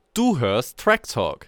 Du hörst Track Talk.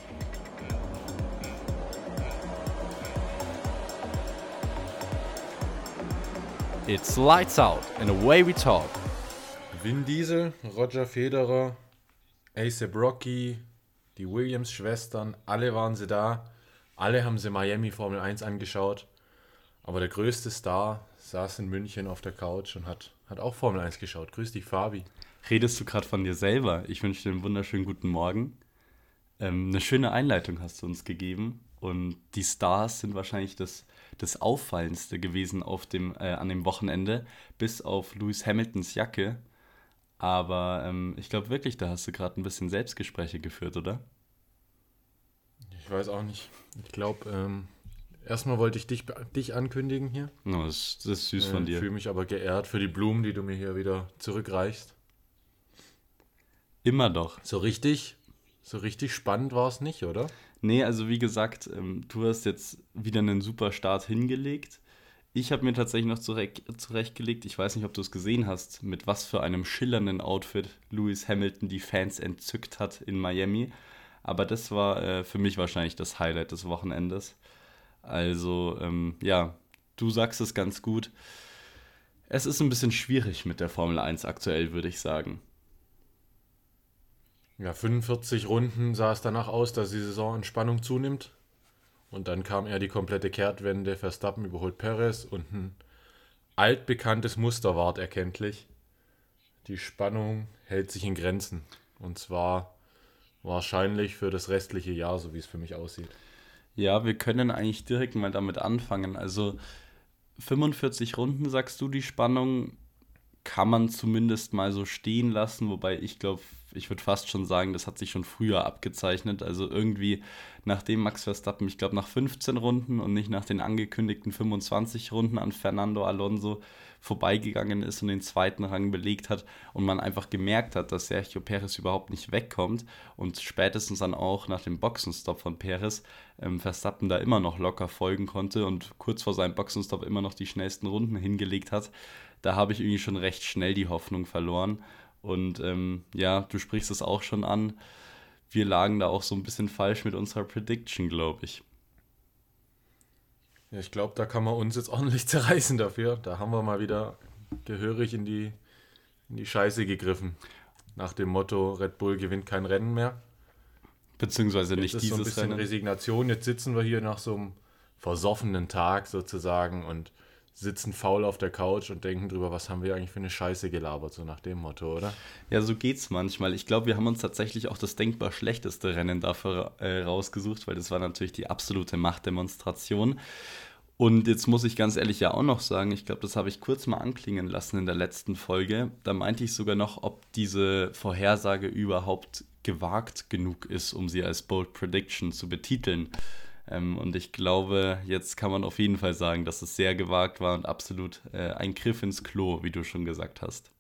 It's lights out and away we talk. Vin Diesel, Roger Federer, A$AP Rocky, die Williams-Schwestern, alle waren sie da. Alle haben sie Miami Formel 1 angeschaut. Aber der größte Star saß in München auf der Couch und hat auch Formel 1 geschaut. Grüß dich, Fabi. Redest du gerade von dir selber? Ich wünsche dir einen wunderschönen guten Morgen. Eine schöne Einleitung hast du uns gegeben. Und die Stars sind wahrscheinlich das Auffallendste gewesen an dem Wochenende, bis auf Lewis Hamiltons Jacke. Aber ich glaube wirklich, da hast du gerade ein bisschen Selbstgespräche geführt, oder? Ich weiß auch nicht. Ich glaube, erstmal wollte ich dich ankündigen hier. Oh, das ist süß von dir. Fühle mich aber geehrt für die Blumen, die du mir hier wieder zurückreichst. Immer doch. So richtig spannend war es nicht, oder? Nee, also wie gesagt, du hast jetzt wieder einen super Start hingelegt. Ich habe mir tatsächlich noch zurechtgelegt, ich weiß nicht, ob du es gesehen hast, mit was für einem schillernden Outfit Lewis Hamilton die Fans entzückt hat in Miami. Aber das war für mich wahrscheinlich das Highlight des Wochenendes. Also, ja, du sagst es ganz gut. Es ist ein bisschen schwierig mit der Formel 1 aktuell, würde ich sagen. Ja, 45 Runden sah es danach aus, dass die Saison an Spannung zunimmt. Und dann kam eher die komplette Kehrtwende. Verstappen überholt Perez und ein altbekanntes Muster ward erkenntlich. Die Spannung hält sich in Grenzen. Und zwar wahrscheinlich für das restliche Jahr, so wie es für mich aussieht. Ja, wir können eigentlich direkt mal damit anfangen. Also 45 Runden, sagst du, die Spannung kann man zumindest mal so stehen lassen, wobei ich glaube, ich würde fast schon sagen, das hat sich schon früher abgezeichnet. Also irgendwie, nachdem Max Verstappen, ich glaube, nach 15 Runden und nicht nach den angekündigten 25 Runden an Fernando Alonso vorbeigegangen ist und den zweiten Rang belegt hat und man einfach gemerkt hat, dass Sergio Perez überhaupt nicht wegkommt und spätestens dann auch nach dem Boxenstopp von Perez Verstappen da immer noch locker folgen konnte und kurz vor seinem Boxenstopp immer noch die schnellsten Runden hingelegt hat. Da habe ich irgendwie schon recht schnell die Hoffnung verloren. Und ja, du sprichst es auch schon an. Wir lagen da auch so ein bisschen falsch mit unserer Prediction, glaube ich. Ja, ich glaube, da kann man uns jetzt ordentlich zerreißen dafür. Da haben wir mal wieder gehörig in die Scheiße gegriffen. Nach dem Motto, Red Bull gewinnt kein Rennen mehr. Beziehungsweise nicht Jetzt ist dieses so ein bisschen Rennen. Resignation. Jetzt sitzen wir hier nach so einem versoffenen Tag sozusagen und sitzen faul auf der Couch und denken drüber, was haben wir eigentlich für eine Scheiße gelabert, so nach dem Motto, oder? Ja, so geht's manchmal. Ich glaube, wir haben uns tatsächlich auch das denkbar schlechteste Rennen dafür rausgesucht, weil das war natürlich die absolute Machtdemonstration. Und jetzt muss ich ganz ehrlich ja auch noch sagen, ich glaube, das habe ich kurz mal anklingen lassen in der letzten Folge. Da meinte ich sogar noch, ob diese Vorhersage überhaupt gewagt genug ist, um sie als Bold Prediction zu betiteln. Und ich glaube, jetzt kann man auf jeden Fall sagen, dass es sehr gewagt war und absolut ein Griff ins Klo, wie du schon gesagt hast.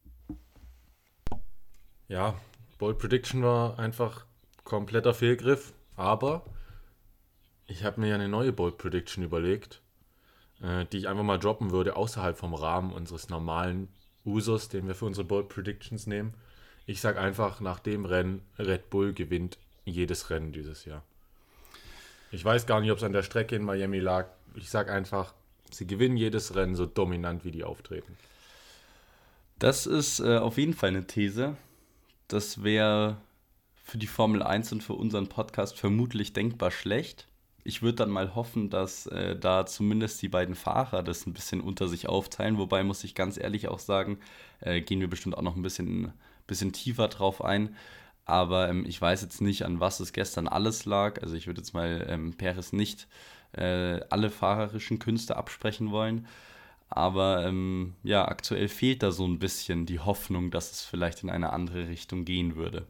Ja, Bold Prediction war einfach kompletter Fehlgriff, aber ich habe mir ja eine neue Bold Prediction überlegt, die ich einfach mal droppen würde, außerhalb vom Rahmen unseres normalen Usus, den wir für unsere Bold Predictions nehmen. Ich sage einfach, nach dem Rennen, Red Bull gewinnt jedes Rennen dieses Jahr. Ich weiß gar nicht, ob es an der Strecke in Miami lag. Ich sage einfach, sie gewinnen jedes Rennen so dominant, wie die auftreten. Das ist auf jeden Fall eine These. Das wäre für die Formel 1 und für unseren Podcast vermutlich denkbar schlecht. Ich würde dann mal hoffen, dass da zumindest die beiden Fahrer das ein bisschen unter sich aufteilen. Wobei, muss ich ganz ehrlich auch sagen, gehen wir bestimmt auch noch ein bisschen tiefer drauf ein. Aber ich weiß jetzt nicht, an was es gestern alles lag. Also ich würde jetzt mal Perez nicht alle fahrerischen Künste absprechen wollen. Aber ja, aktuell fehlt da so ein bisschen die Hoffnung, dass es vielleicht in eine andere Richtung gehen würde.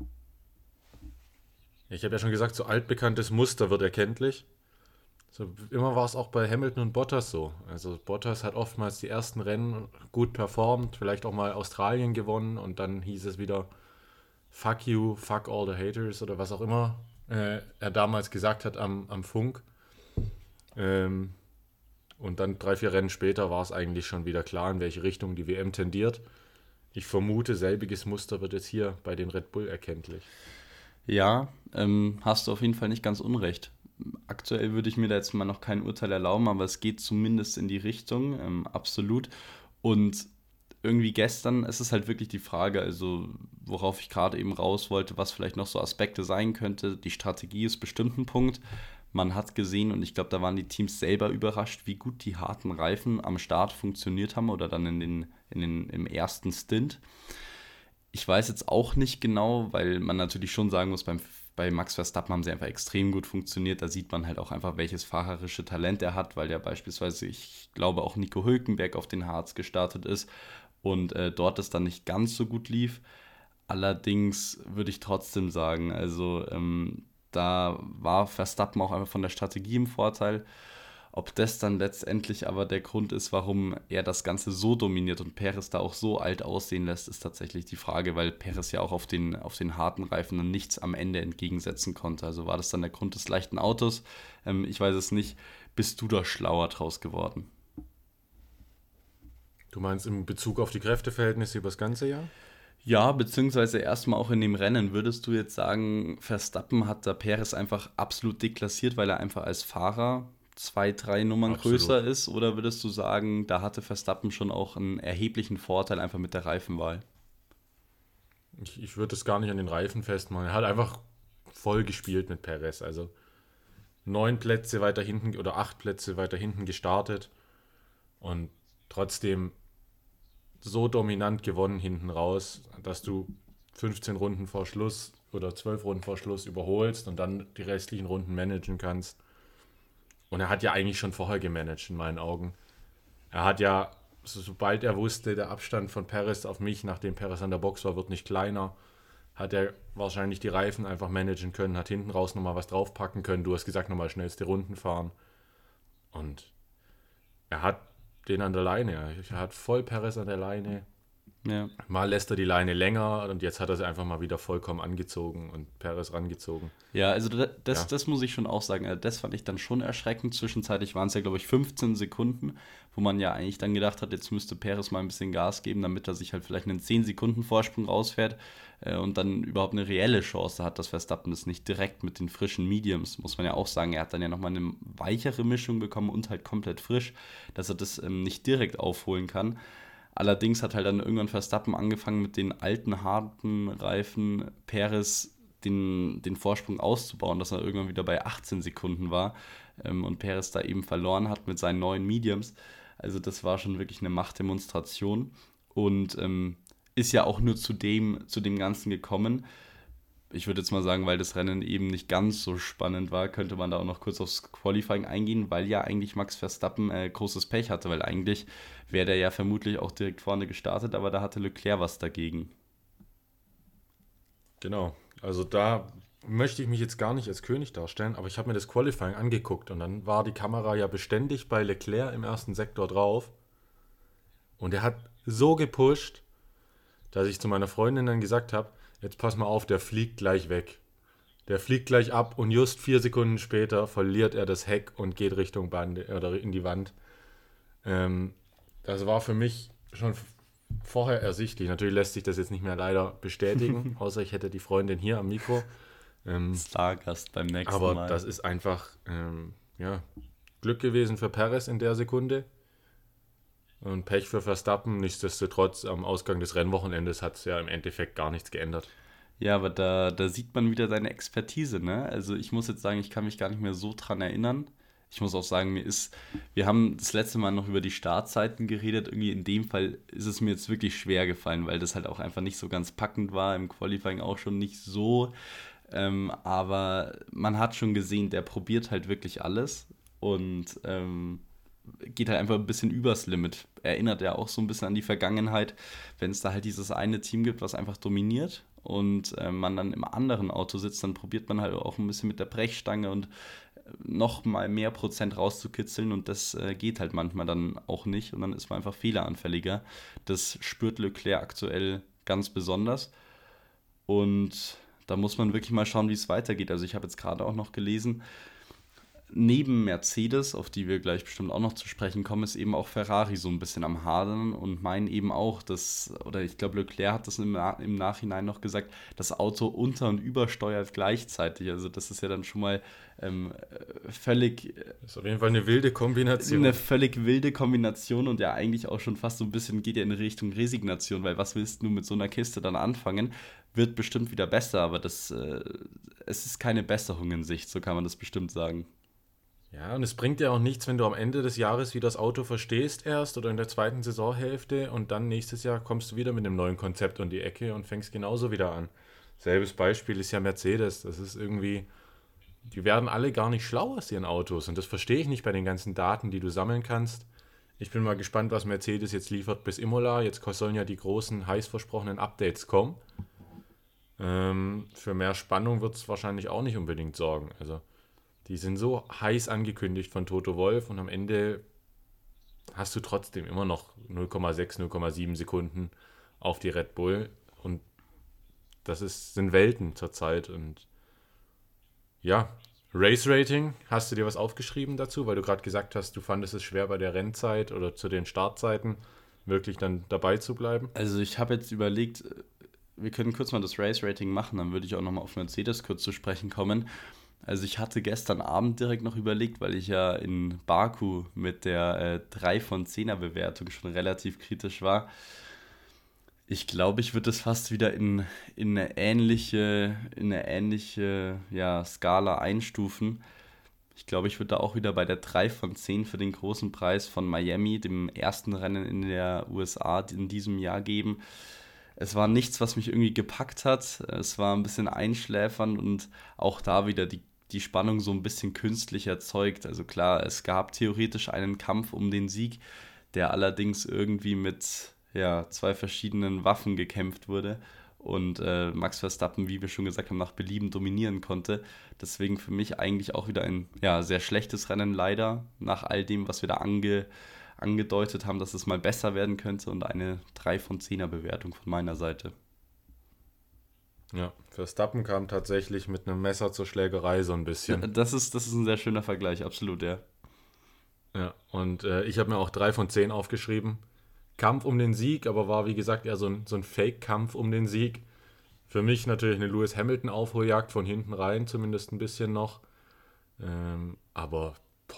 Ich habe ja schon gesagt, so altbekanntes Muster wird erkenntlich. So, immer war es auch bei Hamilton und Bottas so. Also Bottas hat oftmals die ersten Rennen gut performt, vielleicht auch mal Australien gewonnen und dann hieß es wieder Fuck you, fuck all the haters oder was auch immer er damals gesagt hat am Funk. Und dann 3-4 Rennen später war es eigentlich schon wieder klar, in welche Richtung die WM tendiert. Ich vermute, selbiges Muster wird jetzt hier bei den Red Bull erkenntlich. Ja, hast du auf jeden Fall nicht ganz unrecht. Aktuell würde ich mir da jetzt mal noch kein Urteil erlauben, aber es geht zumindest in die Richtung, absolut. Und irgendwie gestern, es ist halt wirklich die Frage, also worauf ich gerade eben raus wollte, was vielleicht noch so Aspekte sein könnte. Die Strategie ist bestimmt ein Punkt. Man hat gesehen und ich glaube, da waren die Teams selber überrascht, wie gut die harten Reifen am Start funktioniert haben oder dann im ersten Stint. Ich weiß jetzt auch nicht genau, weil man natürlich schon sagen muss, bei Max Verstappen haben sie einfach extrem gut funktioniert. Da sieht man halt auch einfach, welches fahrerische Talent er hat, weil ja beispielsweise, ich glaube, auch Nico Hülkenberg auf den Harz gestartet ist und dort es dann nicht ganz so gut lief. Allerdings würde ich trotzdem sagen, also da war Verstappen auch einfach von der Strategie im Vorteil. Ob das dann letztendlich aber der Grund ist, warum er das Ganze so dominiert und Perez da auch so alt aussehen lässt, ist tatsächlich die Frage, weil Perez ja auch auf den harten Reifen dann nichts am Ende entgegensetzen konnte. Also war das dann der Grund des leichten Autos? Ich weiß es nicht. Bist du da schlauer draus geworden? Du meinst in Bezug auf die Kräfteverhältnisse über das ganze Jahr? Ja, beziehungsweise erstmal auch in dem Rennen. Würdest du jetzt sagen, Verstappen hat da Perez einfach absolut deklassiert, weil er einfach als Fahrer zwei, drei Nummern größer Absolut. ist? Oder würdest du sagen, da hatte Verstappen schon auch einen erheblichen Vorteil einfach mit der Reifenwahl? Ich würde es gar nicht an den Reifen festmachen. Er hat einfach voll gespielt mit Perez. Also 9 Plätze weiter hinten oder 8 Plätze weiter hinten gestartet und trotzdem so dominant gewonnen hinten raus, dass du 15 Runden vor Schluss oder 12 Runden vor Schluss überholst und dann die restlichen Runden managen kannst. Und er hat ja eigentlich schon vorher gemanagt in meinen Augen. Er hat ja, sobald er wusste, der Abstand von Perez auf mich, nachdem Perez an der Box war, wird nicht kleiner, hat er wahrscheinlich die Reifen einfach managen können, hat hinten raus nochmal was draufpacken können. Du hast gesagt, nochmal schnellste Runden fahren. Und er hat den an der Leine. Er hat voll Perez an der Leine. Ja. Mal lässt er die Leine länger und jetzt hat er sie einfach mal wieder vollkommen angezogen und Perez rangezogen. Ja, also das, Ja, das muss ich schon auch sagen. Also das fand ich dann schon erschreckend. Zwischenzeitlich waren es ja, glaube ich, 15 Sekunden, wo man ja eigentlich dann gedacht hat, jetzt müsste Perez mal ein bisschen Gas geben, damit er sich halt vielleicht einen 10 Sekunden Vorsprung rausfährt und dann überhaupt eine reelle Chance hat, dass Verstappen das nicht direkt mit den frischen Mediums, muss man ja auch sagen. Er hat dann ja nochmal eine weichere Mischung bekommen und halt komplett frisch, dass er das nicht direkt aufholen kann. Allerdings hat halt dann irgendwann Verstappen angefangen mit den alten, harten Reifen Perez den Vorsprung auszubauen, dass er irgendwann wieder bei 18 Sekunden war und Perez da eben verloren hat mit seinen neuen Mediums. Also das war schon wirklich eine Machtdemonstration und ist ja auch nur zu dem Ganzen gekommen. Ich würde jetzt mal sagen, weil das Rennen eben nicht ganz so spannend war, könnte man da auch noch kurz aufs Qualifying eingehen, weil ja eigentlich Max Verstappen großes Pech hatte, weil eigentlich wäre der ja vermutlich auch direkt vorne gestartet, aber da hatte Leclerc was dagegen. genau. Also da möchte ich mich jetzt gar nicht als König darstellen, aber ich habe mir das Qualifying angeguckt und dann war die Kamera ja beständig bei Leclerc im ersten Sektor drauf und er hat so gepusht, dass ich zu meiner Freundin dann gesagt habe, jetzt pass mal auf, der fliegt gleich weg. Der fliegt gleich ab und just 4 Sekunden später verliert er das Heck und geht Richtung Bande oder in die Wand. Ähm, Das war für mich schon vorher ersichtlich. Natürlich lässt sich das jetzt nicht mehr leider bestätigen, außer ich hätte die Freundin hier am Mikro. Stargast beim nächsten Aber Mal. das ist einfach ja, Glück gewesen für Perez in der Sekunde und Pech für Verstappen. Nichtsdestotrotz, am Ausgang des Rennwochenendes hat es ja im Endeffekt gar nichts geändert. Ja, aber da sieht man wieder deine Expertise, ne? Also ich muss jetzt sagen, ich kann mich gar nicht mehr so dran erinnern. Ich muss auch sagen, wir haben das letzte Mal noch über die Startzeiten geredet. Irgendwie in dem Fall ist es mir jetzt wirklich schwer gefallen, weil das halt auch einfach nicht so ganz packend war. Im Qualifying auch schon nicht so. Aber man hat schon gesehen, der probiert halt wirklich alles und geht halt einfach ein bisschen übers Limit. Erinnert ja auch so ein bisschen an die Vergangenheit, wenn es da halt dieses eine Team gibt, was einfach dominiert und man dann im anderen Auto sitzt, dann probiert man halt auch ein bisschen mit der Brechstange und noch mal mehr Prozent rauszukitzeln und das geht halt manchmal dann auch nicht und dann ist man einfach fehleranfälliger. Das spürt Leclerc aktuell ganz besonders und da muss man wirklich mal schauen, wie es weitergeht. Also ich habe jetzt gerade auch noch gelesen, neben Mercedes, auf die wir gleich bestimmt auch noch zu sprechen kommen, ist eben auch Ferrari so ein bisschen am Hadern und meinen eben auch, oder ich glaube, Leclerc hat das im Nachhinein noch gesagt, das Auto unter- und übersteuert gleichzeitig. Also das ist ja dann schon mal völlig Das ist auf jeden Fall eine wilde Kombination. eine völlig wilde Kombination und ja eigentlich auch schon fast so ein bisschen geht ja in Richtung Resignation, weil was willst du mit so einer Kiste dann anfangen? Wird bestimmt wieder besser, aber es ist keine Besserung in Sicht, so kann man das bestimmt sagen. Ja, und es bringt ja auch nichts, wenn du am Ende des Jahres wieder das Auto verstehst erst oder in der zweiten Saisonhälfte und dann nächstes Jahr kommst du wieder mit einem neuen Konzept um die Ecke und fängst genauso wieder an. Selbes Beispiel ist ja Mercedes. Das ist irgendwie, die werden alle gar nicht schlau aus ihren Autos und das verstehe ich nicht bei den ganzen Daten, die du sammeln kannst. Ich bin mal gespannt, was Mercedes jetzt liefert bis Imola. Jetzt sollen ja die großen, heiß versprochenen Updates kommen. Für mehr Spannung wird es wahrscheinlich auch nicht unbedingt sorgen. Also die sind so heiß angekündigt von Toto Wolff und am Ende hast du trotzdem immer noch 0,6, 0,7 Sekunden auf die Red Bull und sind Welten zurzeit. Und ja, Race Rating, hast du dir was aufgeschrieben dazu, weil du gerade gesagt hast, du fandest es schwer bei der Rennzeit oder zu den Startzeiten wirklich dann dabei zu bleiben? Also ich habe jetzt überlegt, wir können kurz mal das Race Rating machen, dann würde ich auch nochmal auf Mercedes kurz zu sprechen kommen. Also ich hatte gestern Abend direkt noch überlegt, weil ich ja in Baku mit der 3 von 10er Bewertung schon relativ kritisch war. Ich glaube, ich würde es fast wieder in eine ähnliche ja, Skala einstufen. Ich glaube, ich würde da auch wieder bei der 3 von 10 für den großen Preis von Miami, dem ersten Rennen in der USA in diesem Jahr geben. Es war nichts, was mich irgendwie gepackt hat. Es war ein bisschen einschläfernd und auch da wieder die Spannung so ein bisschen künstlich erzeugt. Also klar, es gab theoretisch einen Kampf um den Sieg, der allerdings irgendwie mit ja, zwei verschiedenen Waffen gekämpft wurde und Max Verstappen, wie wir schon gesagt haben, nach Belieben dominieren konnte. Deswegen für mich eigentlich auch wieder ein ja, sehr schlechtes Rennen, leider, nach all dem, was wir da angedeutet haben, dass es mal besser werden könnte und eine 3 von 10er Bewertung von meiner Seite. Ja, Verstappen kam tatsächlich mit einem Messer zur Schlägerei so ein bisschen. Das ist ein sehr schöner Vergleich, absolut, ja. Ja, und ich habe mir auch 3 von 10 aufgeschrieben. Kampf um den Sieg, aber war wie gesagt eher so ein Fake-Kampf um den Sieg. Für mich natürlich eine Lewis Hamilton-Aufholjagd von hinten rein, zumindest ein bisschen noch. Aber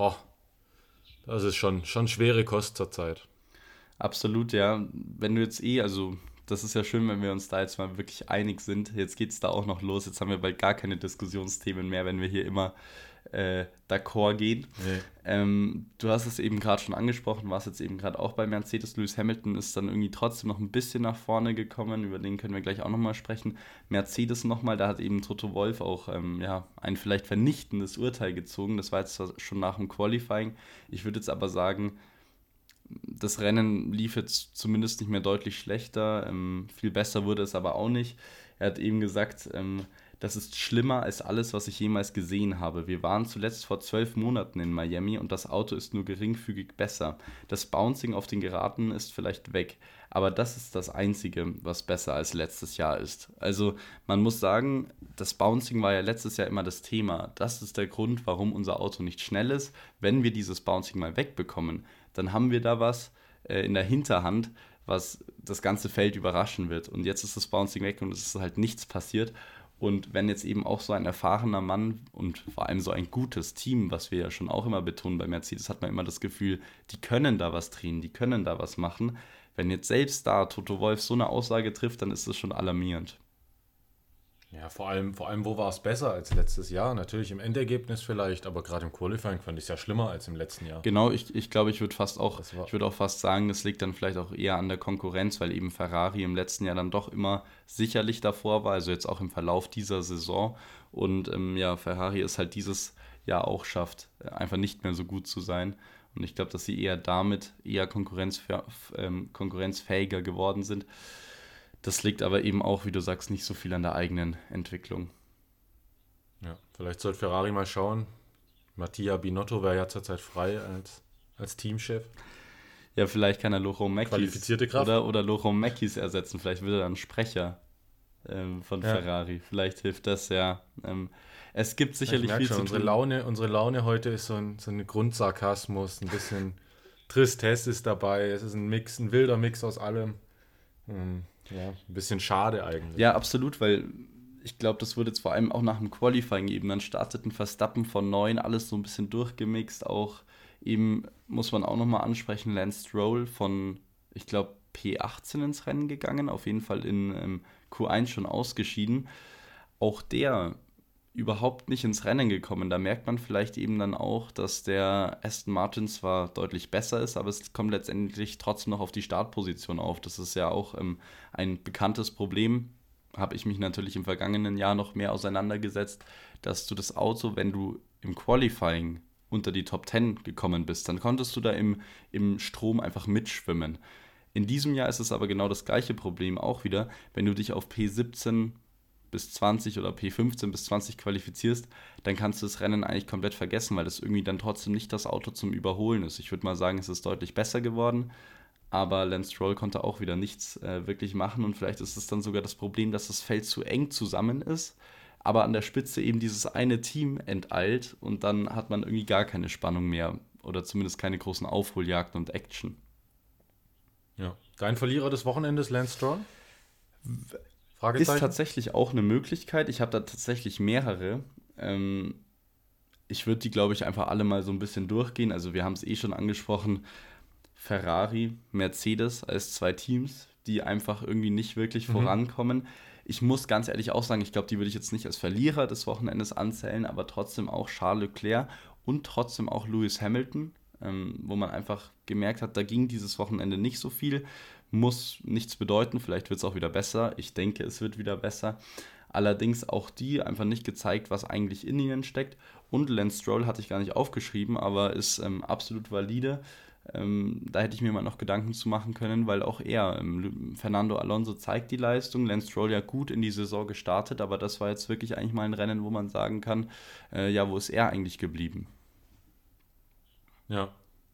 das ist schon schwere Kost zur Zeit. Absolut, ja. Wenn du jetzt also das ist ja schön, wenn wir uns da jetzt mal wirklich einig sind. Jetzt geht es da auch noch los. Jetzt haben wir bald gar keine Diskussionsthemen mehr, wenn wir hier immer d'accord gehen. Nee. Du hast es eben gerade schon angesprochen, warst jetzt eben gerade auch bei Mercedes. Lewis Hamilton ist dann irgendwie trotzdem noch ein bisschen nach vorne gekommen, über den können wir gleich auch nochmal sprechen. Mercedes nochmal, da hat eben Toto Wolff auch ein vielleicht vernichtendes Urteil gezogen. Das war jetzt zwar schon nach dem Qualifying. Ich würde jetzt aber sagen, das Rennen lief jetzt zumindest nicht mehr deutlich schlechter. Viel besser wurde es aber auch nicht. Er hat eben gesagt, das ist schlimmer als alles, was ich jemals gesehen habe. Wir waren zuletzt vor 12 Monaten in Miami und das Auto ist nur geringfügig besser. Das Bouncing auf den Geraden ist vielleicht weg, aber das ist das Einzige, was besser als letztes Jahr ist. Also man muss sagen, das Bouncing war ja letztes Jahr immer das Thema. Das ist der Grund, warum unser Auto nicht schnell ist. Wenn wir dieses Bouncing mal wegbekommen, dann haben wir da was in der Hinterhand, was das ganze Feld überraschen wird. Und jetzt ist das Bouncing weg und es ist halt nichts passiert. Und wenn jetzt eben auch so ein erfahrener Mann und vor allem so ein gutes Team, was wir ja schon auch immer betonen bei Mercedes, hat man immer das Gefühl, die können da was drehen, die können da was machen. Wenn jetzt selbst da Toto Wolff so eine Aussage trifft, dann ist das schon alarmierend. Ja, vor allem, wo war es besser als letztes Jahr? Natürlich im Endergebnis vielleicht, aber gerade im Qualifying fand ich es ja schlimmer als im letzten Jahr. Genau, ich glaube, ich würde auch fast sagen, das liegt dann vielleicht auch eher an der Konkurrenz, weil eben Ferrari im letzten Jahr dann doch immer sicherlich davor war, also jetzt auch im Verlauf dieser Saison. Und Ferrari es halt dieses Jahr auch schafft, einfach nicht mehr so gut zu sein. Und ich glaube, dass sie eher damit konkurrenzfähiger geworden sind. Das liegt aber eben auch, wie du sagst, nicht so viel an der eigenen Entwicklung. Ja, vielleicht sollte Ferrari mal schauen. Mattia Binotto wäre ja zurzeit frei als Teamchef. Ja, vielleicht kann er Laurent Mekies Qualifizierte Kraft. oder Laurent Mekies ersetzen. Vielleicht wird er dann Sprecher. von Ja. Ferrari. Vielleicht hilft das ja. Es gibt Ich sicherlich merke viel schon, zu unsere tun. Laune heute ist so ein Grundsarkasmus, ein bisschen Tristesse ist dabei. Es ist ein wilder Mix aus allem. Ja, ein bisschen schade eigentlich. Ja, absolut, weil ich glaube, das wird jetzt vor allem auch nach dem Qualifying eben. Dann startet ein Verstappen von 9, alles so ein bisschen durchgemixt. Auch eben, muss man auch nochmal ansprechen, Lance Stroll von, ich glaube, P18 ins Rennen gegangen, auf jeden Fall in Q1 schon ausgeschieden. Auch der überhaupt nicht ins Rennen gekommen. Da merkt man vielleicht eben dann auch, dass der Aston Martin zwar deutlich besser ist, aber es kommt letztendlich trotzdem noch auf die Startposition auf. Das ist ja auch ein bekanntes Problem. Habe ich mich natürlich im vergangenen Jahr noch mehr auseinandergesetzt, dass du das Auto, wenn du im Qualifying unter die Top 10 gekommen bist, dann konntest du da im Strom einfach mitschwimmen. In diesem Jahr ist es aber genau das gleiche Problem auch wieder, wenn du dich auf P17 bis 20 oder P15 bis 20 qualifizierst, dann kannst du das Rennen eigentlich komplett vergessen, weil das irgendwie dann trotzdem nicht das Auto zum Überholen ist. Ich würde mal sagen, es ist deutlich besser geworden, aber Lance Stroll konnte auch wieder nichts wirklich machen und vielleicht ist es dann sogar das Problem, dass das Feld zu eng zusammen ist, aber an der Spitze eben dieses eine Team enteilt und dann hat man irgendwie gar keine Spannung mehr oder zumindest keine großen Aufholjagden und Action. Ja. Dein Verlierer des Wochenendes, Lance Stroll? Ist Fragezeichen? tatsächlich auch eine Möglichkeit. Ich habe da tatsächlich mehrere. Ähm, Ich würde die, glaube ich, einfach alle mal so ein bisschen durchgehen. Also wir haben es eh schon angesprochen. Ferrari, Mercedes als zwei Teams, die einfach irgendwie nicht wirklich vorankommen. Ich muss ganz ehrlich auch sagen, ich glaube, die würde ich jetzt nicht als Verlierer des Wochenendes anzählen, aber trotzdem auch Charles Leclerc und trotzdem auch Lewis Hamilton, wo man einfach gemerkt hat, da ging dieses Wochenende nicht so viel, muss nichts bedeuten, vielleicht wird es auch wieder besser. Ich denke, es wird wieder besser. Allerdings auch die einfach nicht gezeigt, was eigentlich in ihnen steckt. Und Lance Stroll hatte ich gar nicht aufgeschrieben, aber ist absolut valide. Da hätte ich mir mal noch Gedanken zu machen können, weil auch er, Fernando Alonso zeigt die Leistung, Lance Stroll ja gut in die Saison gestartet, aber das war jetzt wirklich eigentlich mal ein Rennen, wo man sagen kann, ja, wo ist er eigentlich geblieben? Ja.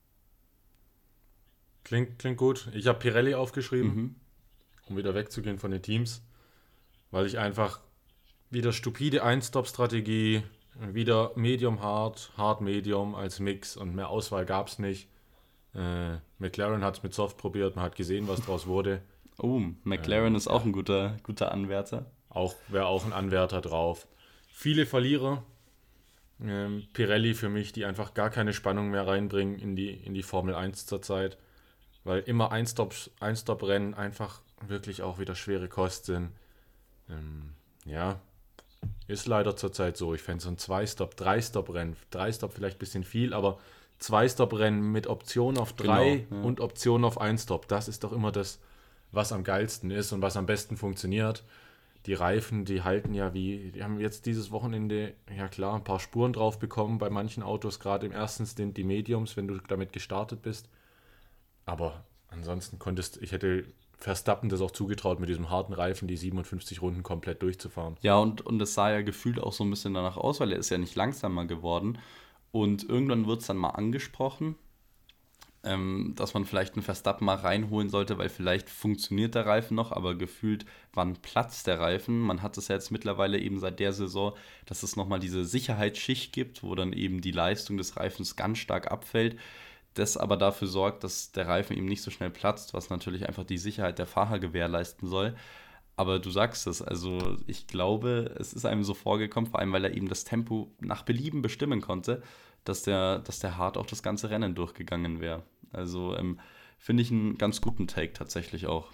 Klingt gut. Ich habe Pirelli aufgeschrieben, Mhm. um wieder wegzugehen von den Teams, weil ich einfach wieder stupide Ein-Stop-Strategie, wieder Medium Hard, Hard Medium als Mix und mehr Auswahl gab es nicht. McLaren hat es mit Soft probiert, man hat gesehen, was draus wurde. Oh, McLaren ist auch Ja, ein guter Anwärter. wäre auch ein Anwärter drauf. Viele Verlierer. Pirelli für mich, die einfach gar keine Spannung mehr reinbringen in die Formel 1 zurzeit, weil immer Ein-Stop-Rennen einfach wirklich auch wieder schwere Kost sind. Ja, ist leider zurzeit so. Ich fände so ein Zwei-Stop, Drei-Stop-Rennen, Drei-Stop vielleicht ein bisschen viel, aber Zwei-Stop-Rennen mit Option auf drei Genau, ja. und Option auf Ein-Stop, das ist doch immer das, was am geilsten ist und was am besten funktioniert. Die Reifen, die halten ja die haben jetzt dieses Wochenende, ja klar, ein paar Spuren drauf bekommen bei manchen Autos, gerade im ersten Stint die Mediums, wenn du damit gestartet bist. Aber ansonsten ich hätte Verstappen das auch zugetraut, mit diesem harten Reifen die 57 Runden komplett durchzufahren. Ja, und es sah ja gefühlt auch so ein bisschen danach aus, weil er ist ja nicht langsamer geworden. Und irgendwann wird es dann mal angesprochen, dass man vielleicht einen Verstappen mal reinholen sollte, weil vielleicht funktioniert der Reifen noch, aber gefühlt wann platzt der Reifen. Man hat es ja jetzt mittlerweile eben seit der Saison, dass es nochmal diese Sicherheitsschicht gibt, wo dann eben die Leistung des Reifens ganz stark abfällt. Das aber dafür sorgt, dass der Reifen eben nicht so schnell platzt, was natürlich einfach die Sicherheit der Fahrer gewährleisten soll. Aber du sagst es, also ich glaube, es ist einem so vorgekommen, vor allem weil er eben das Tempo nach Belieben bestimmen konnte, dass der Hart auch das ganze Rennen durchgegangen wäre. Also finde ich einen ganz guten Take tatsächlich auch.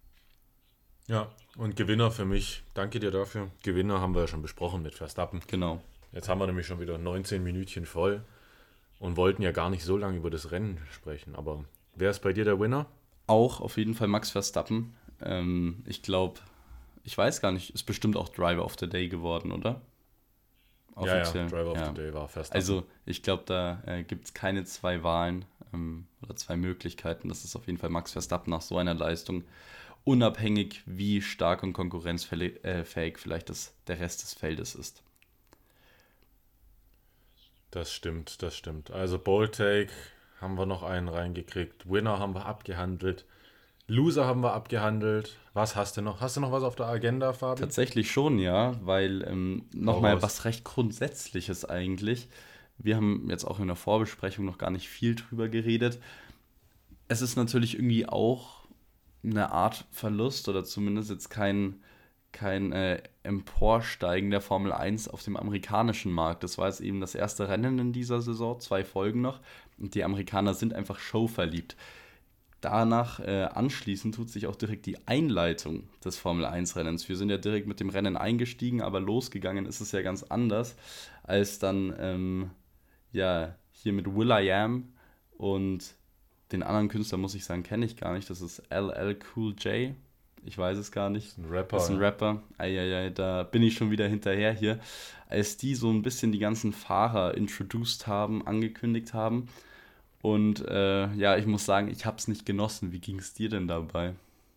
Ja, und Gewinner für mich, danke dir dafür. Gewinner haben wir ja schon besprochen mit Verstappen. Genau. Jetzt haben wir nämlich schon wieder 19 Minütchen voll und wollten ja gar nicht so lange über das Rennen sprechen. Aber wer ist bei dir der Winner? Auch auf jeden Fall Max Verstappen. Ich glaube, ich weiß gar nicht, ist bestimmt auch Driver of the Day geworden, oder? Ja, Offiziell. Driver of Ja. the Day war Verstappen. Also ich glaube, da gibt es keine zwei Wahlen oder zwei Möglichkeiten. Das ist auf jeden Fall Max Verstappen nach so einer Leistung. Unabhängig, wie stark und konkurrenzfähig vielleicht der Rest des Feldes ist. Das stimmt, das stimmt. Also Bold Take haben wir noch einen reingekriegt. Winner haben wir abgehandelt. Loser haben wir abgehandelt. Was hast du noch? Hast du noch was auf der Agenda, Fabi? Tatsächlich schon, ja, weil nochmal raus. was recht Grundsätzliches eigentlich. Wir haben jetzt auch in der Vorbesprechung noch gar nicht viel drüber geredet. Es ist natürlich irgendwie auch eine Art Verlust oder zumindest jetzt kein Emporsteigen der Formel 1 auf dem amerikanischen Markt. Das war jetzt eben das erste Rennen in dieser Saison, 2 Folgen noch. Und die Amerikaner sind einfach showverliebt. Danach anschließend tut sich auch direkt die Einleitung des Formel-1-Rennens. Wir sind ja direkt mit dem Rennen eingestiegen, aber losgegangen ist es ja ganz anders, als dann ja hier mit will.i.am und den anderen Künstler, muss ich sagen, kenne ich gar nicht. Das ist LL Cool J. Ich weiß es gar nicht. Das ist ein Rapper. Das ist ein Rapper. Eieiei, da bin ich schon wieder hinterher hier. Als die so ein bisschen die ganzen Fahrer introduced haben, angekündigt haben. Und ja, ich muss sagen, ich habe es nicht genossen. Wie ging es dir denn dabei?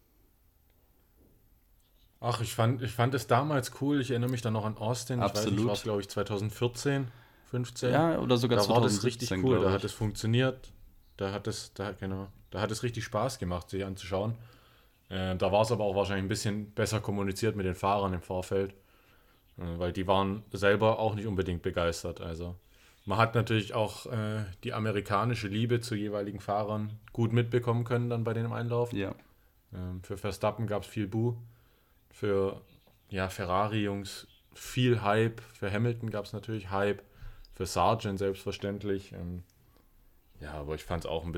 Ach, ich fand es damals cool. Ich erinnere mich dann noch an Austin. Ich weiß nicht, Absolut. war es, glaube ich, 2014, 15. Ja, oder sogar Da war das richtig 2017, cool. Da glaube hat ich. es funktioniert. Genau. Da hat es richtig Spaß gemacht, sich anzuschauen. Da war es aber auch wahrscheinlich ein bisschen besser kommuniziert mit den Fahrern im Vorfeld. Weil die waren selber auch nicht unbedingt begeistert. Also man hat natürlich auch die amerikanische Liebe zu jeweiligen Fahrern gut mitbekommen können dann bei denen im Einlauf. Ja, Für Verstappen gab es viel Buh. Für ja, Ferrari-Jungs viel Hype. Für Hamilton gab es natürlich Hype. Für Sargent selbstverständlich. Ja, aber ich fand es auch ein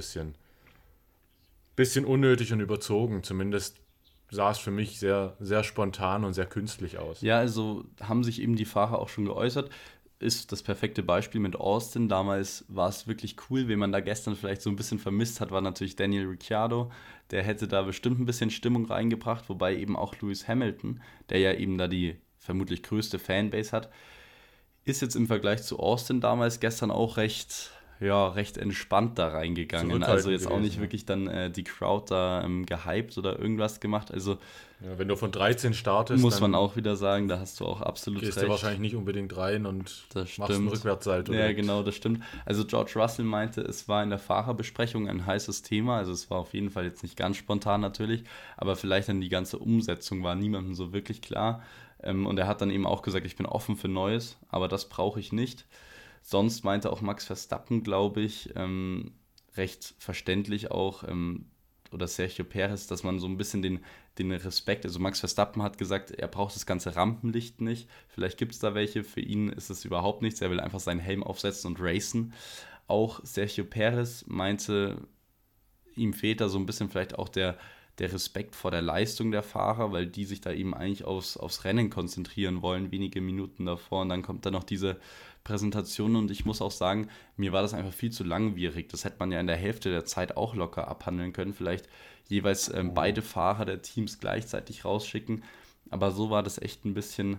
bisschen unnötig und überzogen. Zumindest sah es für mich sehr, sehr spontan und sehr künstlich aus. ja, also haben sich eben die Fahrer auch schon geäußert. Ist das perfekte Beispiel mit Austin. Damals war es wirklich cool. Wen man da gestern vielleicht so ein bisschen vermisst hat, war natürlich Daniel Ricciardo. Der hätte da bestimmt ein bisschen Stimmung reingebracht, wobei eben auch Lewis Hamilton, der ja eben da die vermutlich größte Fanbase hat, ist jetzt im Vergleich zu Austin damals gestern auch recht entspannt da reingegangen. Zurückhaltend Also jetzt auch nicht gewesen, ja. wirklich dann die Crowd da gehypt oder irgendwas gemacht. Also Ja, wenn du von 13 startest, muss dann man auch wieder sagen, da hast du auch absolut gehst recht. du wahrscheinlich nicht unbedingt rein und Das machst einen stimmt. Rückwärtssalto. Ja, direkt. genau, das stimmt. Also George Russell meinte, es war in der Fahrerbesprechung ein heißes Thema. Also es war auf jeden Fall jetzt nicht ganz spontan natürlich, aber vielleicht dann die ganze Umsetzung war niemandem so wirklich klar. Und er hat dann eben auch gesagt, ich bin offen für Neues, aber das brauche ich nicht. Sonst meinte auch Max Verstappen, glaube ich, recht verständlich auch, oder Sergio Perez, dass man so ein bisschen den Respekt, also Max Verstappen hat gesagt, er braucht das ganze Rampenlicht nicht. Vielleicht gibt es da welche, für ihn ist es überhaupt nichts, er will einfach seinen Helm aufsetzen und racen. Auch Sergio Perez meinte, ihm fehlt da so ein bisschen vielleicht auch der Respekt vor der Leistung der Fahrer, weil die sich da eben eigentlich aufs Rennen konzentrieren wollen, wenige Minuten davor. Und dann kommt da noch diese Präsentation und ich muss auch sagen, mir war das einfach viel zu langwierig. Das hätte man ja in der Hälfte der Zeit auch locker abhandeln können. Vielleicht jeweils beide Fahrer der Teams gleichzeitig rausschicken. Aber so war das echt ein bisschen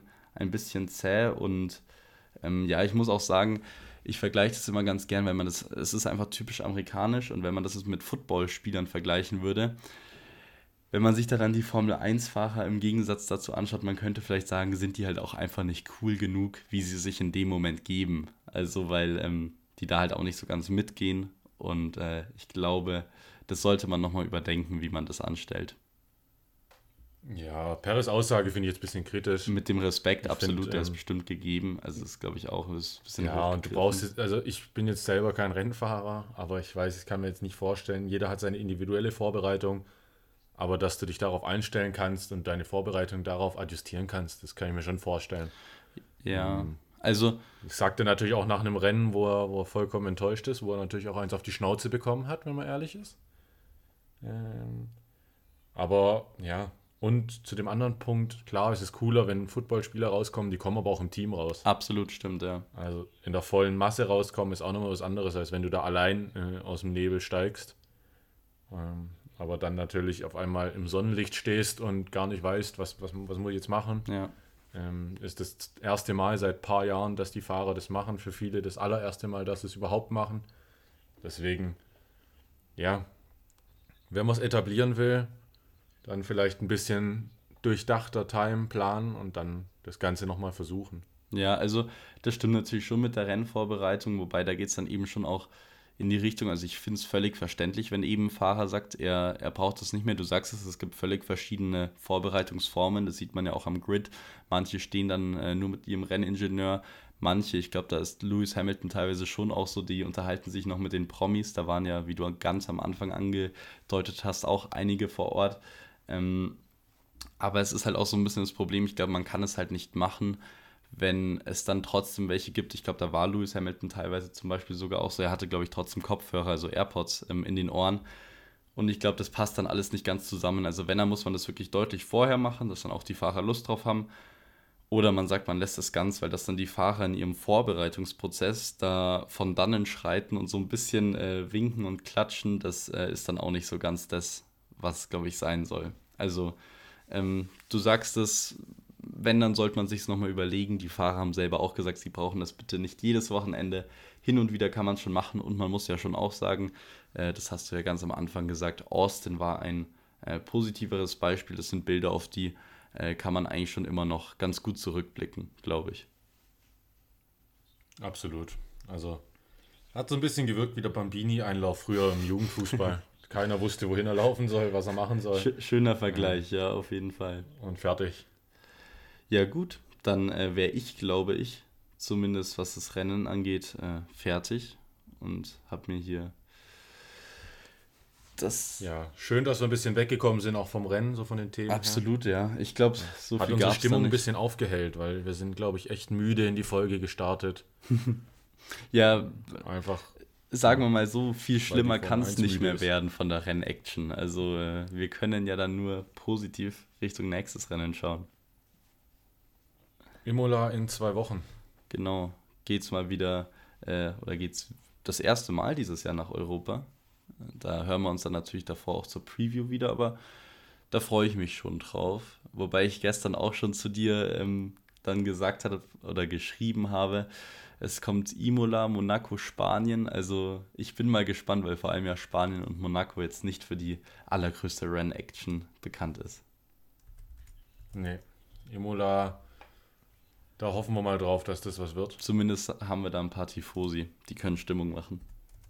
zäh und ja, ich muss auch sagen, ich vergleiche das immer ganz gern, es ist einfach typisch amerikanisch und wenn man das jetzt mit Footballspielern vergleichen würde, wenn man sich dann die Formel-1-Fahrer im Gegensatz dazu anschaut, man könnte vielleicht sagen, sind die halt auch einfach nicht cool genug, wie sie sich in dem Moment geben. Also weil die da halt auch nicht so ganz mitgehen und ich glaube, das sollte man nochmal überdenken, wie man das anstellt. Ja, Perez' Aussage finde ich jetzt ein bisschen kritisch. Mit dem Respekt Ich absolut, find, der ist bestimmt gegeben. Also das glaube ich auch, ist ein bisschen Ja, und du hochgegriffen. brauchst jetzt, also ich bin jetzt selber kein Rennfahrer, aber ich weiß, ich kann mir jetzt nicht vorstellen, jeder hat seine individuelle Vorbereitung, aber dass du dich darauf einstellen kannst und deine Vorbereitung darauf adjustieren kannst, das kann ich mir schon vorstellen. Ja, also Ich sagte natürlich auch nach einem Rennen, wo er vollkommen enttäuscht ist, wo er natürlich auch eins auf die Schnauze bekommen hat, wenn man ehrlich ist. Aber ja, und zu dem anderen Punkt, klar, es ist cooler, wenn Footballspieler rauskommen, die kommen aber auch im Team raus. absolut stimmt, ja. Also in der vollen Masse rauskommen ist auch nochmal was anderes, als wenn du da allein aus dem Nebel steigst. Aber dann natürlich auf einmal im Sonnenlicht stehst und gar nicht weißt, was muss ich jetzt machen. Ja. Ist das erste Mal seit ein paar Jahren, dass die Fahrer das machen. Für viele das allererste Mal, dass sie es überhaupt machen. Deswegen, ja, wenn man es etablieren will, dann vielleicht ein bisschen durchdachter Timeplan und dann das Ganze nochmal versuchen. Ja, also das stimmt natürlich schon mit der Rennvorbereitung, wobei da geht es dann eben schon auch in die Richtung. Also ich finde es völlig verständlich, wenn eben ein Fahrer sagt, er braucht das nicht mehr. Du sagst es gibt völlig verschiedene Vorbereitungsformen. Das sieht man ja auch am Grid. Manche stehen dann nur mit ihrem Renningenieur. Manche, ich glaube, da ist Lewis Hamilton teilweise schon auch so, die unterhalten sich noch mit den Promis. Da waren ja, wie du ganz am Anfang angedeutet hast, auch einige vor Ort. Aber es ist halt auch so ein bisschen das Problem, ich glaube, man kann es halt nicht machen, wenn es dann trotzdem welche gibt. Ich glaube, da war Lewis Hamilton teilweise zum Beispiel sogar auch so, er hatte, glaube ich, trotzdem Kopfhörer, also AirPods in den Ohren. Und ich glaube, das passt dann alles nicht ganz zusammen. Also wenn, dann muss man das wirklich deutlich vorher machen, dass dann auch die Fahrer Lust drauf haben. Oder man sagt, man lässt es ganz, weil das dann die Fahrer in ihrem Vorbereitungsprozess da von dannen schreiten und so ein bisschen winken und klatschen. Das ist dann auch nicht so ganz das, was, glaube ich, sein soll. Also du sagst es, wenn, dann sollte man sich es nochmal überlegen. Die Fahrer haben selber auch gesagt, sie brauchen das bitte nicht jedes Wochenende. Hin und wieder kann man es schon machen und man muss ja schon auch sagen, das hast du ja ganz am Anfang gesagt, Austin war ein positiveres Beispiel. Das sind Bilder, auf die kann man eigentlich schon immer noch ganz gut zurückblicken, glaube ich. Absolut. Also hat so ein bisschen gewirkt wie der Bambini-Einlauf früher im Jugendfußball. Keiner wusste, wohin er laufen soll, was er machen soll. Schöner Vergleich, ja, auf jeden Fall. Und fertig. Ja gut, dann wäre ich, glaube ich, zumindest was das Rennen angeht, fertig und habe mir hier das... Ja, schön, dass wir ein bisschen weggekommen sind, auch vom Rennen, so von den Themen Absolut, ja. Ich glaube, so Hat viel unsere gab es da Stimmung ein nicht. bisschen aufgehellt, weil wir sind, glaube ich, echt müde in die Folge gestartet. Ja, Einfach, sagen wir mal so, viel schlimmer die Formel kann es 1 nicht müde mehr ist. werden von der Rennaction. Also wir können ja dann nur positiv Richtung nächstes Rennen schauen. Imola in 2 Wochen. Genau, geht's mal wieder, oder geht's das erste Mal dieses Jahr nach Europa. Da hören wir uns dann natürlich davor auch zur Preview wieder, aber da freue ich mich schon drauf. Wobei ich gestern auch schon zu dir dann gesagt hatte oder geschrieben habe, es kommt Imola, Monaco, Spanien. Also ich bin mal gespannt, weil vor allem ja Spanien und Monaco jetzt nicht für die allergrößte Renn-Action bekannt ist. Nee, Imola, da hoffen wir mal drauf, dass das was wird. Zumindest haben wir da ein paar Tifosi, die können Stimmung machen.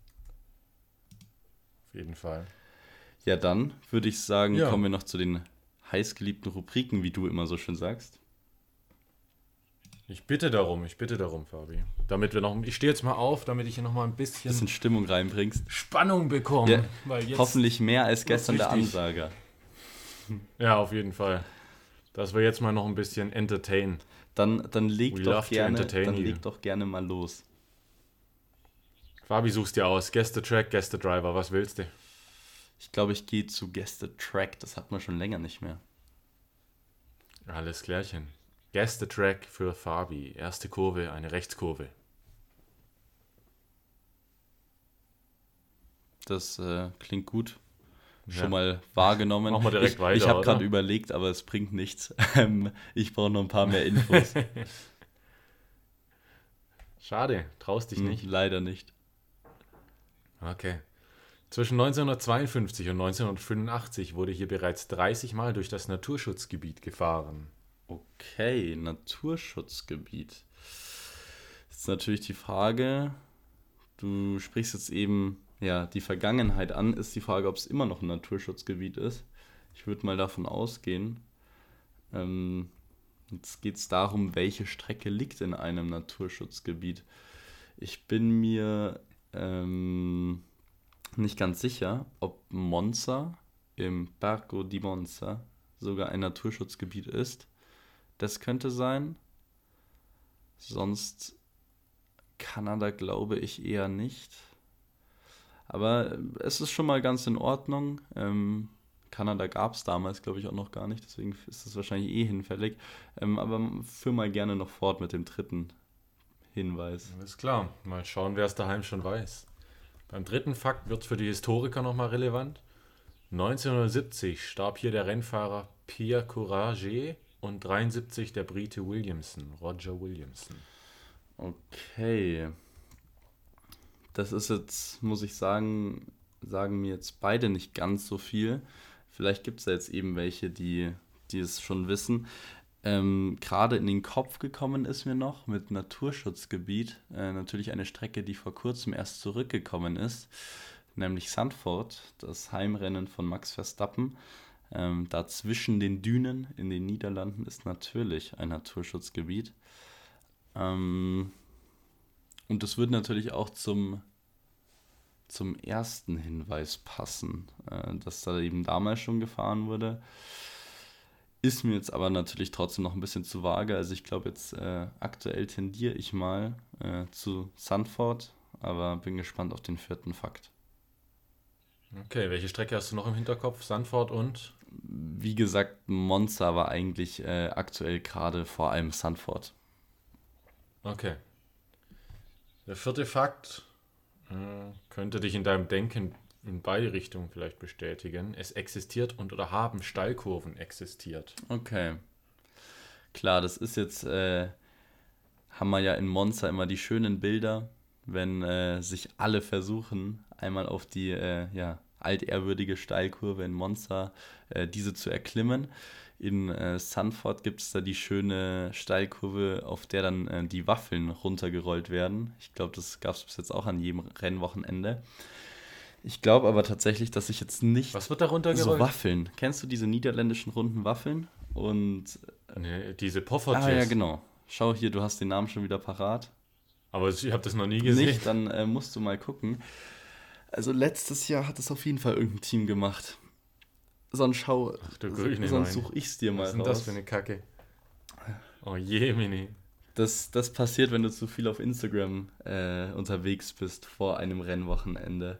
Auf jeden Fall. Ja, dann würde ich sagen, Ja. kommen wir noch zu den heißgeliebten Rubriken, wie du immer so schön sagst. Ich bitte darum, Fabi. Damit wir noch, ich stehe jetzt mal auf, damit ich hier noch mal ein bisschen Bisschen Stimmung reinbringst. Spannung bekomme. Ja, Weil jetzt, hoffentlich mehr als gestern der wichtig. Ansager. Ja, auf jeden Fall. Dass wir jetzt mal noch ein bisschen entertain. Dann We leg love to entertain you. doch gerne mal los. Fabi, suchst dir aus. Gäste-Track, Gäste-Driver, was willst du? Ich glaube, ich gehe zu Gäste-Track. Das hat man schon länger nicht mehr. Alles klärchen. Gäste-Track für Fabi. Erste Kurve, eine Rechtskurve. Das klingt gut. Schon Ja. mal wahrgenommen. Machen wir direkt ich weiter, ich habe oder? gerade überlegt, aber es bringt nichts. Ich brauche noch ein paar mehr Infos. Schade, traust dich nicht. Leider nicht. Okay. Zwischen 1952 und 1985 wurde hier bereits 30 Mal durch das Naturschutzgebiet gefahren. Okay, Naturschutzgebiet. Jetzt ist natürlich die Frage, du sprichst jetzt eben ja die Vergangenheit an, ist die Frage, ob es immer noch ein Naturschutzgebiet ist. Ich würde mal davon ausgehen. Jetzt geht es darum, welche Strecke liegt in einem Naturschutzgebiet. Ich bin mir nicht ganz sicher, ob Monza im Parco di Monza sogar ein Naturschutzgebiet ist. Das könnte sein. Sonst Kanada glaube ich eher nicht. Aber es ist schon mal ganz in Ordnung. Kanada gab es damals, glaube ich, auch noch gar nicht. Deswegen ist es wahrscheinlich hinfällig. Aber führ mal gerne noch fort mit dem dritten Hinweis. Alles klar. Mal schauen, wer es daheim schon weiß. Beim dritten Fakt wird es für die Historiker nochmal relevant. 1970 starb hier der Rennfahrer Pierre Courage und 73 der Brite Roger Williamson. Okay. Das ist jetzt, muss ich sagen mir jetzt beide nicht ganz so viel. Vielleicht gibt es da jetzt eben welche, die es schon wissen. gerade in den Kopf gekommen ist mir noch mit Naturschutzgebiet. Natürlich eine Strecke, die vor kurzem erst zurückgekommen ist, nämlich Zandvoort, das Heimrennen von Max Verstappen. Da zwischen den Dünen in den Niederlanden ist natürlich ein Naturschutzgebiet. Und das wird natürlich auch zum ersten Hinweis passen, dass da eben damals schon gefahren wurde. Ist mir jetzt aber natürlich trotzdem noch ein bisschen zu vage. Also ich glaube jetzt aktuell tendiere ich mal zu Zandvoort, aber bin gespannt auf den vierten Fakt. Okay, welche Strecke hast du noch im Hinterkopf? Zandvoort und? Wie gesagt, Monza war eigentlich aktuell gerade vor allem Zandvoort. Okay. Der vierte Fakt könnte dich in deinem Denken in beide Richtungen vielleicht bestätigen. Es existiert oder haben Steilkurven existiert. Okay. Klar, das ist jetzt, haben wir ja in Monza immer die schönen Bilder, wenn sich alle versuchen, einmal auf die altehrwürdige Steilkurve in Monza diese zu erklimmen. In Zandvoort gibt es da die schöne Steilkurve, auf der dann die Waffeln runtergerollt werden. Ich glaube, das gab es bis jetzt auch an jedem Rennwochenende. Ich glaube aber tatsächlich, dass ich jetzt nicht Was wird da runtergerollt? so Waffeln. Kennst du diese niederländischen runden Waffeln? Und Nee, diese Poffertjes. ja, genau. Schau hier, du hast den Namen schon wieder parat. Aber ich habe das noch nie gesehen. Nicht, dann musst du mal gucken. Also letztes Jahr hat es auf jeden Fall irgendein Team gemacht. Sonst du grüne sonst Neune. suche ich es dir mal Was ist denn raus. das für eine Kacke? Oh je, Mini. Das passiert, wenn du zu viel auf Instagram unterwegs bist vor einem Rennwochenende.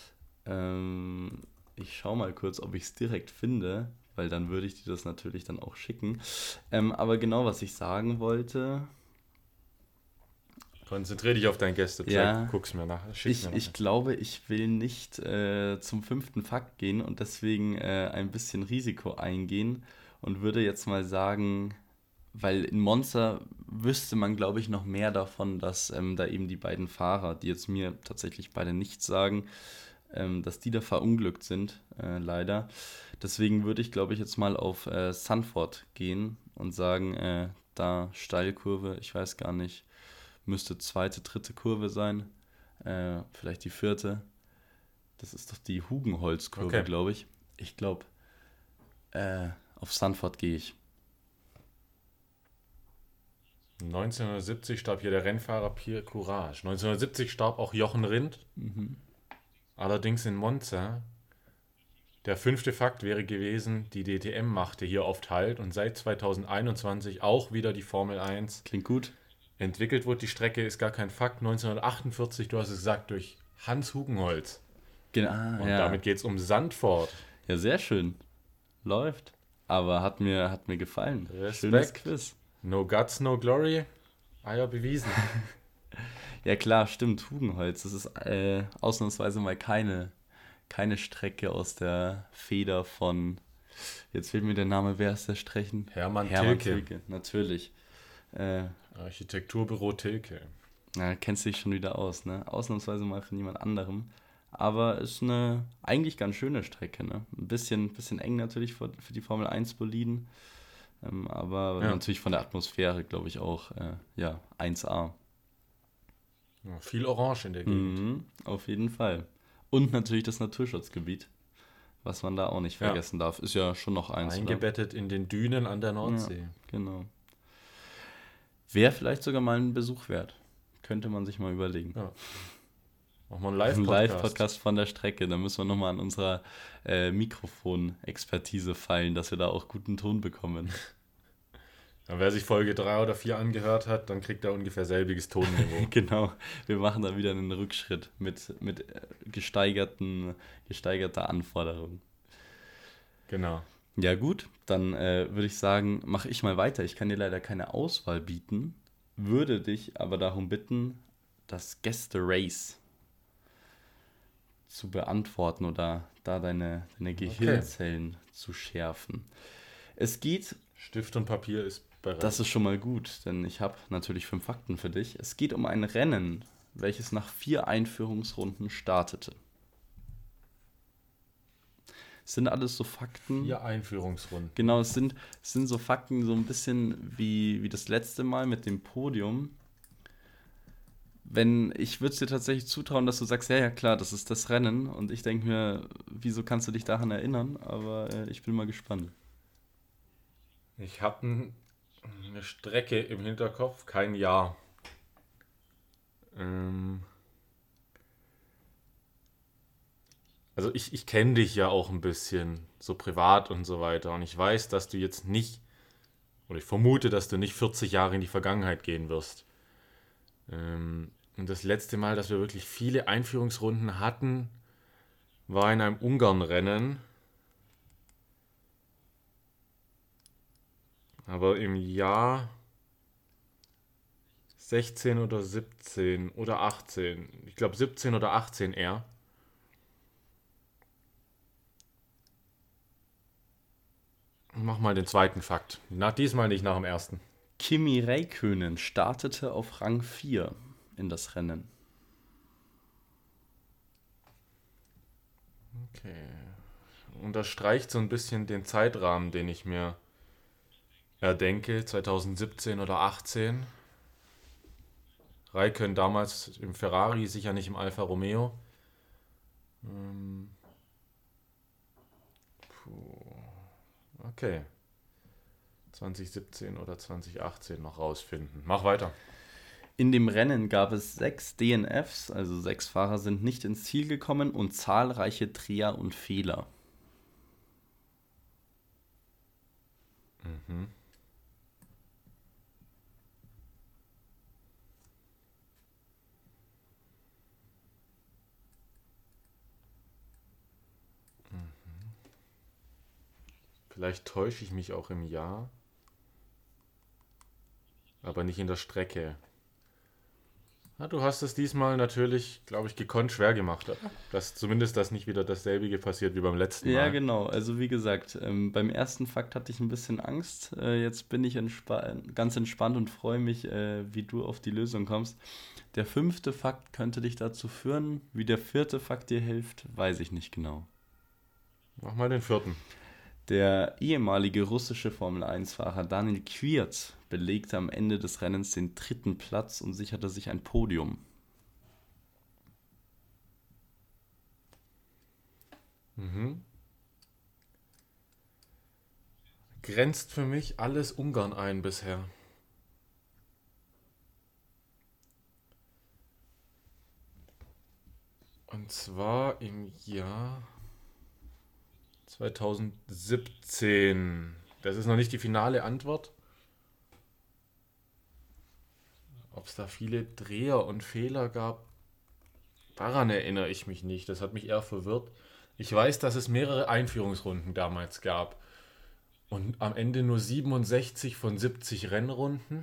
Ich schau mal kurz, ob ich es direkt finde, weil dann würde ich dir das natürlich dann auch schicken. Aber genau, was ich sagen wollte, Konzentrier dich auf deinen Gästetrack. Ja. Guck's mir nach. Schick's mir ich glaube, ich will nicht zum fünften Fakt gehen und deswegen ein bisschen Risiko eingehen und würde jetzt mal sagen, weil in Monza wüsste man, glaube ich, noch mehr davon, dass da eben die beiden Fahrer, die jetzt mir tatsächlich beide nichts sagen, dass die da verunglückt sind, leider. Deswegen würde ich, glaube ich, jetzt mal auf Zandvoort gehen und sagen, da Steilkurve, ich weiß gar nicht, müsste zweite, dritte Kurve sein, vielleicht die vierte. Das ist doch die Hugenholzkurve, Okay. glaube ich. Ich glaube, auf Zandvoort gehe ich. 1970 starb hier der Rennfahrer Pierre Courage. 1970 starb auch Jochen Rindt. Allerdings in Monza. Der fünfte Fakt wäre gewesen, die DTM machte hier oft Halt und seit 2021 auch wieder die Formel 1. Klingt gut. Entwickelt wurde die Strecke, ist gar kein Fakt. 1948, du hast es gesagt, durch Hans Hugenholz. Genau, Und damit geht es um Zandvoort. Ja, sehr schön. Läuft. Aber hat mir gefallen. Respekt. Schönes Quiz. No Guts, no Glory. Eier bewiesen. Ja klar, stimmt, Hugenholz. Das ist ausnahmsweise mal keine Strecke aus der Feder von, jetzt fehlt mir der Name, wer ist der Strechen? Hermann Tilke, natürlich. Architekturbüro Tilke. Na, kennst dich schon wieder aus, ne? Ausnahmsweise mal von jemand anderem. Aber ist eine eigentlich ganz schöne Strecke, ne? Ein bisschen eng natürlich für die Formel 1 Boliden. Aber Ja. natürlich von der Atmosphäre, glaube ich, auch 1A. Ja, viel Orange in der Gegend. Mhm, auf jeden Fall. Und natürlich das Naturschutzgebiet, was man da auch nicht Ja. vergessen darf. Ist ja schon noch eins, oder? Eingebettet in den Dünen an der Nordsee. Ja, genau. Wäre vielleicht sogar mal ein Besuch wert. Könnte man sich mal überlegen. Ja. Machen wir einen Ein Live-Podcast. Live-Podcast von der Strecke. Da müssen wir nochmal an unserer Mikrofon-Expertise feilen, dass wir da auch guten Ton bekommen. Ja, wer sich Folge 3 oder 4 angehört hat, dann kriegt er ungefähr selbiges Tonniveau. Genau, wir machen da wieder einen Rückschritt mit gesteigerter Anforderung. Genau. Ja gut, dann würde ich sagen, mache ich mal weiter. Ich kann dir leider keine Auswahl bieten, würde dich aber darum bitten, das Gäste-Race zu beantworten oder da deine Gehirnzellen zu schärfen. Es geht, Stift und Papier ist bereit. das ist schon mal gut, denn ich habe natürlich 5 Fakten für dich. Es geht um ein Rennen, welches nach 4 Einführungsrunden startete. sind alles so Fakten. 4 Einführungsrunden. Genau, es sind so Fakten, so ein bisschen wie das letzte Mal mit dem Podium. Ich würde es dir tatsächlich zutrauen, dass du sagst, ja, ja, klar, das ist das Rennen. Und ich denke mir, wieso kannst du dich daran erinnern? Aber ich bin mal gespannt. Ich habe eine Strecke im Hinterkopf, kein Jahr. Also ich kenne dich ja auch ein bisschen, so privat und so weiter. Und ich weiß, dass du jetzt nicht, oder ich vermute, dass du nicht 40 Jahre in die Vergangenheit gehen wirst. Und das letzte Mal, dass wir wirklich viele Einführungsrunden hatten, war in einem Ungarn-Rennen. Aber im Jahr 16 oder 17 oder 18. Ich glaube 17 oder 18 eher. Mach mal den zweiten Fakt. Diesmal nicht nach dem ersten. Kimi Räikkönen startete auf Rang 4 in das Rennen. Okay. Unterstreicht so ein bisschen den Zeitrahmen, den ich mir erdenke. 2017 oder 18. Räikkönen damals im Ferrari, sicher nicht im Alfa Romeo. Okay. 2017 oder 2018 noch rausfinden. Mach weiter. In dem Rennen gab es 6 DNFs, also 6 Fahrer sind nicht ins Ziel gekommen und zahlreiche Dreher und Fehler. Vielleicht täusche ich mich auch im Jahr, aber nicht in der Strecke. Du hast es diesmal natürlich, glaube ich, gekonnt schwer gemacht, oder? Dass zumindest das nicht wieder dasselbe passiert wie beim letzten Mal. Ja, genau. Also wie gesagt, beim ersten Fakt hatte ich ein bisschen Angst. Jetzt bin ich ganz entspannt und freue mich, wie du auf die Lösung kommst. Der 5. Fakt könnte dich dazu führen. Wie der 4. Fakt dir hilft, weiß ich nicht genau. Mach mal den 4. Der ehemalige russische Formel-1-Fahrer Daniil Kvyat belegte am Ende des Rennens den 3. Platz und sicherte sich ein Podium. Grenzt für mich alles Ungarn ein bisher. Und zwar im Jahr 2017. Das ist noch nicht die finale Antwort. Ob es da viele Dreher und Fehler gab, daran erinnere ich mich nicht. Das hat mich eher verwirrt. Ich weiß, dass es mehrere Einführungsrunden damals gab. Und am Ende nur 67 von 70 Rennrunden.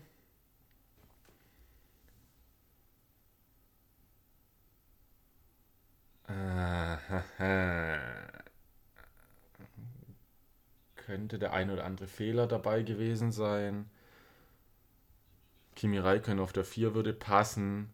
Könnte der ein oder andere Fehler dabei gewesen sein. Kimi Räikkönen auf der 4 würde passen.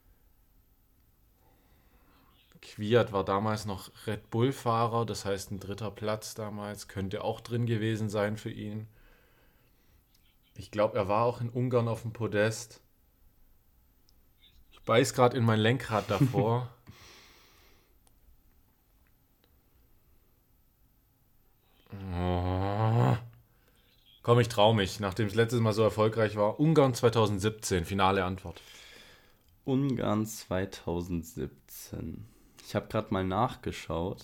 Kvyat war damals noch Red Bull-Fahrer, das heißt ein 3. Platz damals, könnte auch drin gewesen sein für ihn. Ich glaube, er war auch in Ungarn auf dem Podest. Ich beiß gerade in mein Lenkrad davor. Komm, ich trau mich, nachdem es letztes Mal so erfolgreich war. Ungarn 2017, finale Antwort. Ungarn 2017. Ich habe gerade mal nachgeschaut.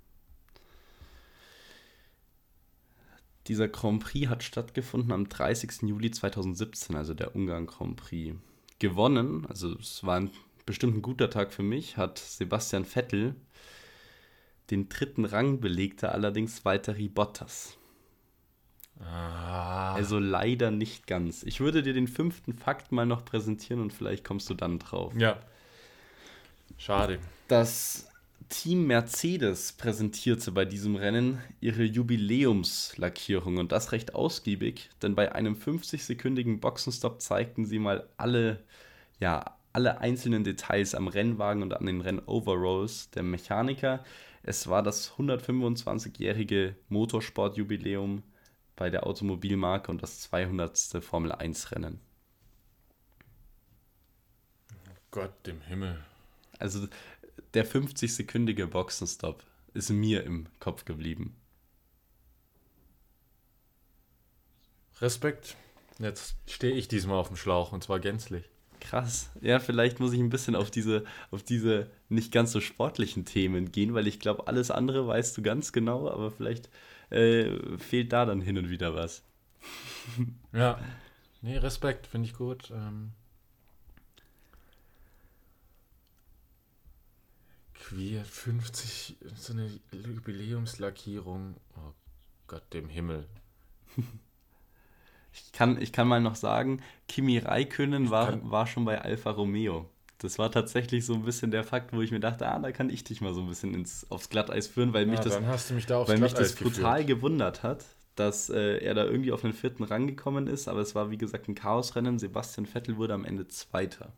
Dieser Grand Prix hat stattgefunden am 30. Juli 2017, also der Ungarn Grand Prix. Gewonnen, also es war bestimmt ein guter Tag für mich, hat Sebastian Vettel. Den 3. Rang belegte allerdings Valtteri Bottas. Also leider nicht ganz. Ich würde dir den 5. Fakt mal noch präsentieren und vielleicht kommst du dann drauf. Ja. Schade. Das Team Mercedes präsentierte bei diesem Rennen ihre Jubiläumslackierung und das recht ausgiebig, denn bei einem 50-sekündigen Boxenstopp zeigten sie mal alle einzelnen Details am Rennwagen und an den Rennoveralls der Mechaniker. Es war das 125-jährige Motorsportjubiläum bei der Automobilmarke und das 200. Formel-1-Rennen. Gott im Himmel. Also der 50-sekündige Boxenstopp ist mir im Kopf geblieben. Respekt. Jetzt stehe ich diesmal auf dem Schlauch und zwar gänzlich. Krass. Ja, vielleicht muss ich ein bisschen auf diese nicht ganz so sportlichen Themen gehen, weil ich glaube, alles andere weißt du ganz genau, aber vielleicht fehlt da dann hin und wieder was. Ja. Nee, Respekt, finde ich gut. Queer 50, so eine Jubiläumslackierung. Oh Gott im Himmel. Ich kann mal noch sagen, Kimi Räikkönen war schon bei Alfa Romeo. Das war tatsächlich so ein bisschen der Fakt, wo ich mir dachte, da kann ich dich mal so ein bisschen aufs Glatteis führen, weil mich dann hast du mich da aufs weil mich Glatteis das brutal geführt. gewundert hat, dass er da irgendwie auf den 4. Rang gekommen ist, aber es war wie gesagt ein Chaosrennen. Sebastian Vettel wurde am Ende Zweiter.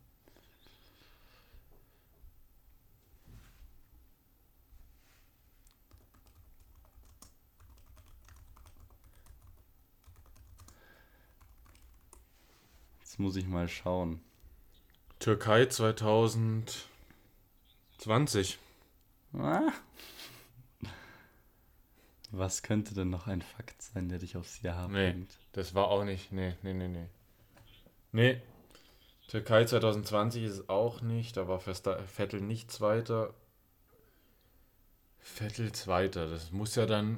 Jetzt muss ich mal schauen. Türkei 2020. Ah. Was könnte denn noch ein Fakt sein, der dich aufs Jahr Nee, bringt? das war auch nicht. Nee. Nee, Türkei 2020 ist es auch nicht. Da war Vettel nicht Zweiter. Vettel Zweiter. Das muss ja dann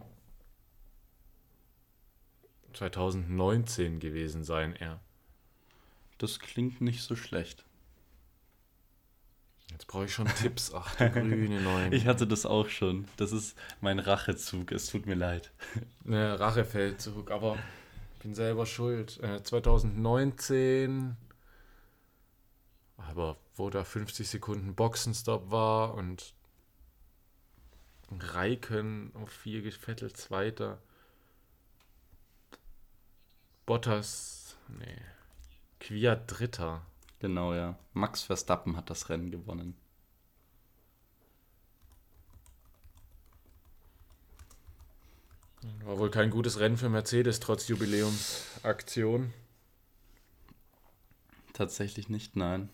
2019 gewesen sein, er. Das klingt nicht so schlecht. Jetzt brauche ich schon Tipps. Ach du grüne Neun. Ich hatte das auch schon. Das ist mein Rachezug. Es tut mir leid. Rachefeldzug, aber bin selber schuld. 2019, aber wo da 50 Sekunden Boxenstopp war und Räikkönen auf 4 Vettel Zweiter. Bottas, nee. Kvyat Dritter. Genau, ja. Max Verstappen hat das Rennen gewonnen. War wohl kein gutes Rennen für Mercedes, trotz Jubiläumsaktion. Tatsächlich nicht, nein.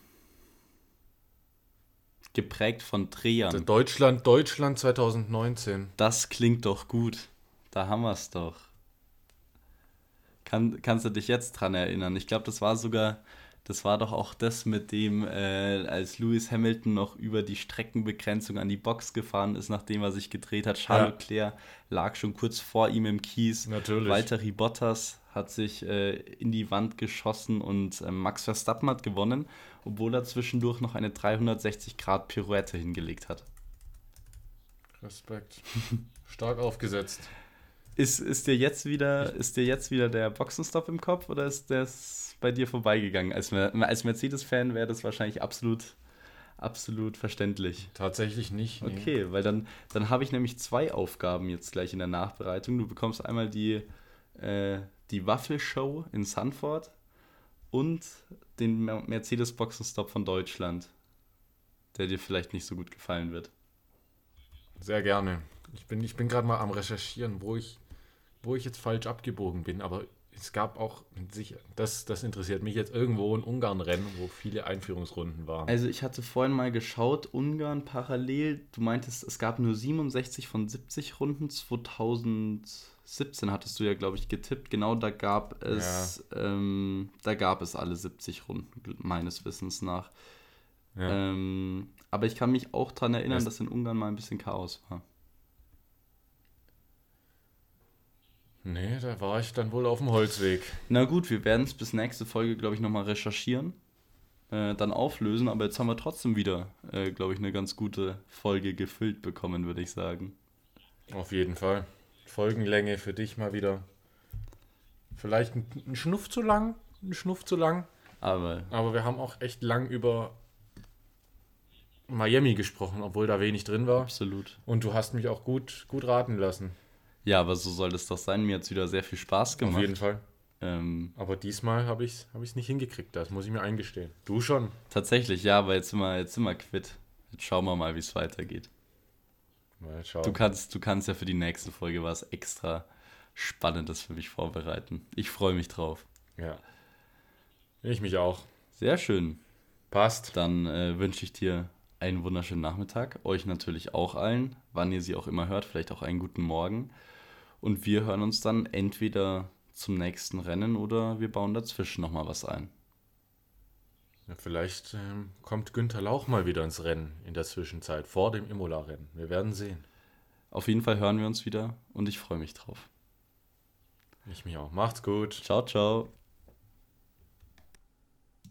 Geprägt von Drehern. Deutschland 2019. Das klingt doch gut. Da haben wir es doch. Kannst du dich jetzt dran erinnern? Ich glaube, das war doch auch das, mit dem, als Lewis Hamilton noch über die Streckenbegrenzung an die Box gefahren ist, nachdem er sich gedreht hat. Charles Leclerc lag schon kurz vor ihm im Kies. Natürlich. Valtteri Bottas hat sich in die Wand geschossen und Max Verstappen hat gewonnen, obwohl er zwischendurch noch eine 360-Grad-Pirouette hingelegt hat. Respekt. Stark aufgesetzt. Ist dir jetzt wieder der Boxenstopp im Kopf oder ist das bei dir vorbeigegangen? Als Mercedes-Fan wäre das wahrscheinlich absolut verständlich. Tatsächlich nicht. Nee. Okay, weil dann habe ich nämlich 2 Aufgaben jetzt gleich in der Nachbereitung. Du bekommst einmal die Waffelshow in Sanford und den Mercedes-Boxenstopp von Deutschland, der dir vielleicht nicht so gut gefallen wird. Sehr gerne. Ich bin gerade mal am Recherchieren, wo ich jetzt falsch abgebogen bin, aber es gab auch das interessiert mich jetzt irgendwo ein Ungarn-Rennen, wo viele Einführungsrunden waren. Also ich hatte vorhin mal geschaut, Ungarn parallel, du meintest, es gab nur 67 von 70 Runden, 2017 hattest du ja, glaube ich, getippt, genau, da gab es alle 70 Runden, meines Wissens nach. Ja. Aber ich kann mich auch daran erinnern, dass in Ungarn mal ein bisschen Chaos war. Nee, da war ich dann wohl auf dem Holzweg. Na gut, wir werden es bis nächste Folge, glaube ich, nochmal recherchieren, dann auflösen, aber jetzt haben wir trotzdem wieder, glaube ich, eine ganz gute Folge gefüllt bekommen, würde ich sagen. Auf jeden Fall. Folgenlänge für dich mal wieder. Vielleicht ein Schnuff zu lang. Aber wir haben auch echt lang über Miami gesprochen, obwohl da wenig drin war. absolut. Und du hast mich auch gut raten lassen. Ja, aber so soll es doch sein. Mir hat es wieder sehr viel Spaß gemacht. Auf jeden Fall. Ähm, Aber diesmal habe ich es nicht hingekriegt, das muss ich mir eingestehen. Du schon. tatsächlich, ja, aber jetzt sind wir quitt. Jetzt schauen wir mal, wie es weitergeht. Mal schauen. Du kannst ja für die nächste Folge was extra Spannendes für mich vorbereiten. Ich freue mich drauf. Ja. Ich mich auch. Sehr schön. Passt. Dann wünsche ich dir einen wunderschönen Nachmittag. Euch natürlich auch allen, wann ihr sie auch immer hört. Vielleicht auch einen guten Morgen. Und wir hören uns dann entweder zum nächsten Rennen oder wir bauen dazwischen nochmal was ein. Ja, vielleicht kommt Günther Lauch mal wieder ins Rennen in der Zwischenzeit, vor dem Imola-Rennen. Wir werden sehen. Auf jeden Fall hören wir uns wieder und ich freue mich drauf. Ich mich auch. Macht's gut. Ciao, ciao.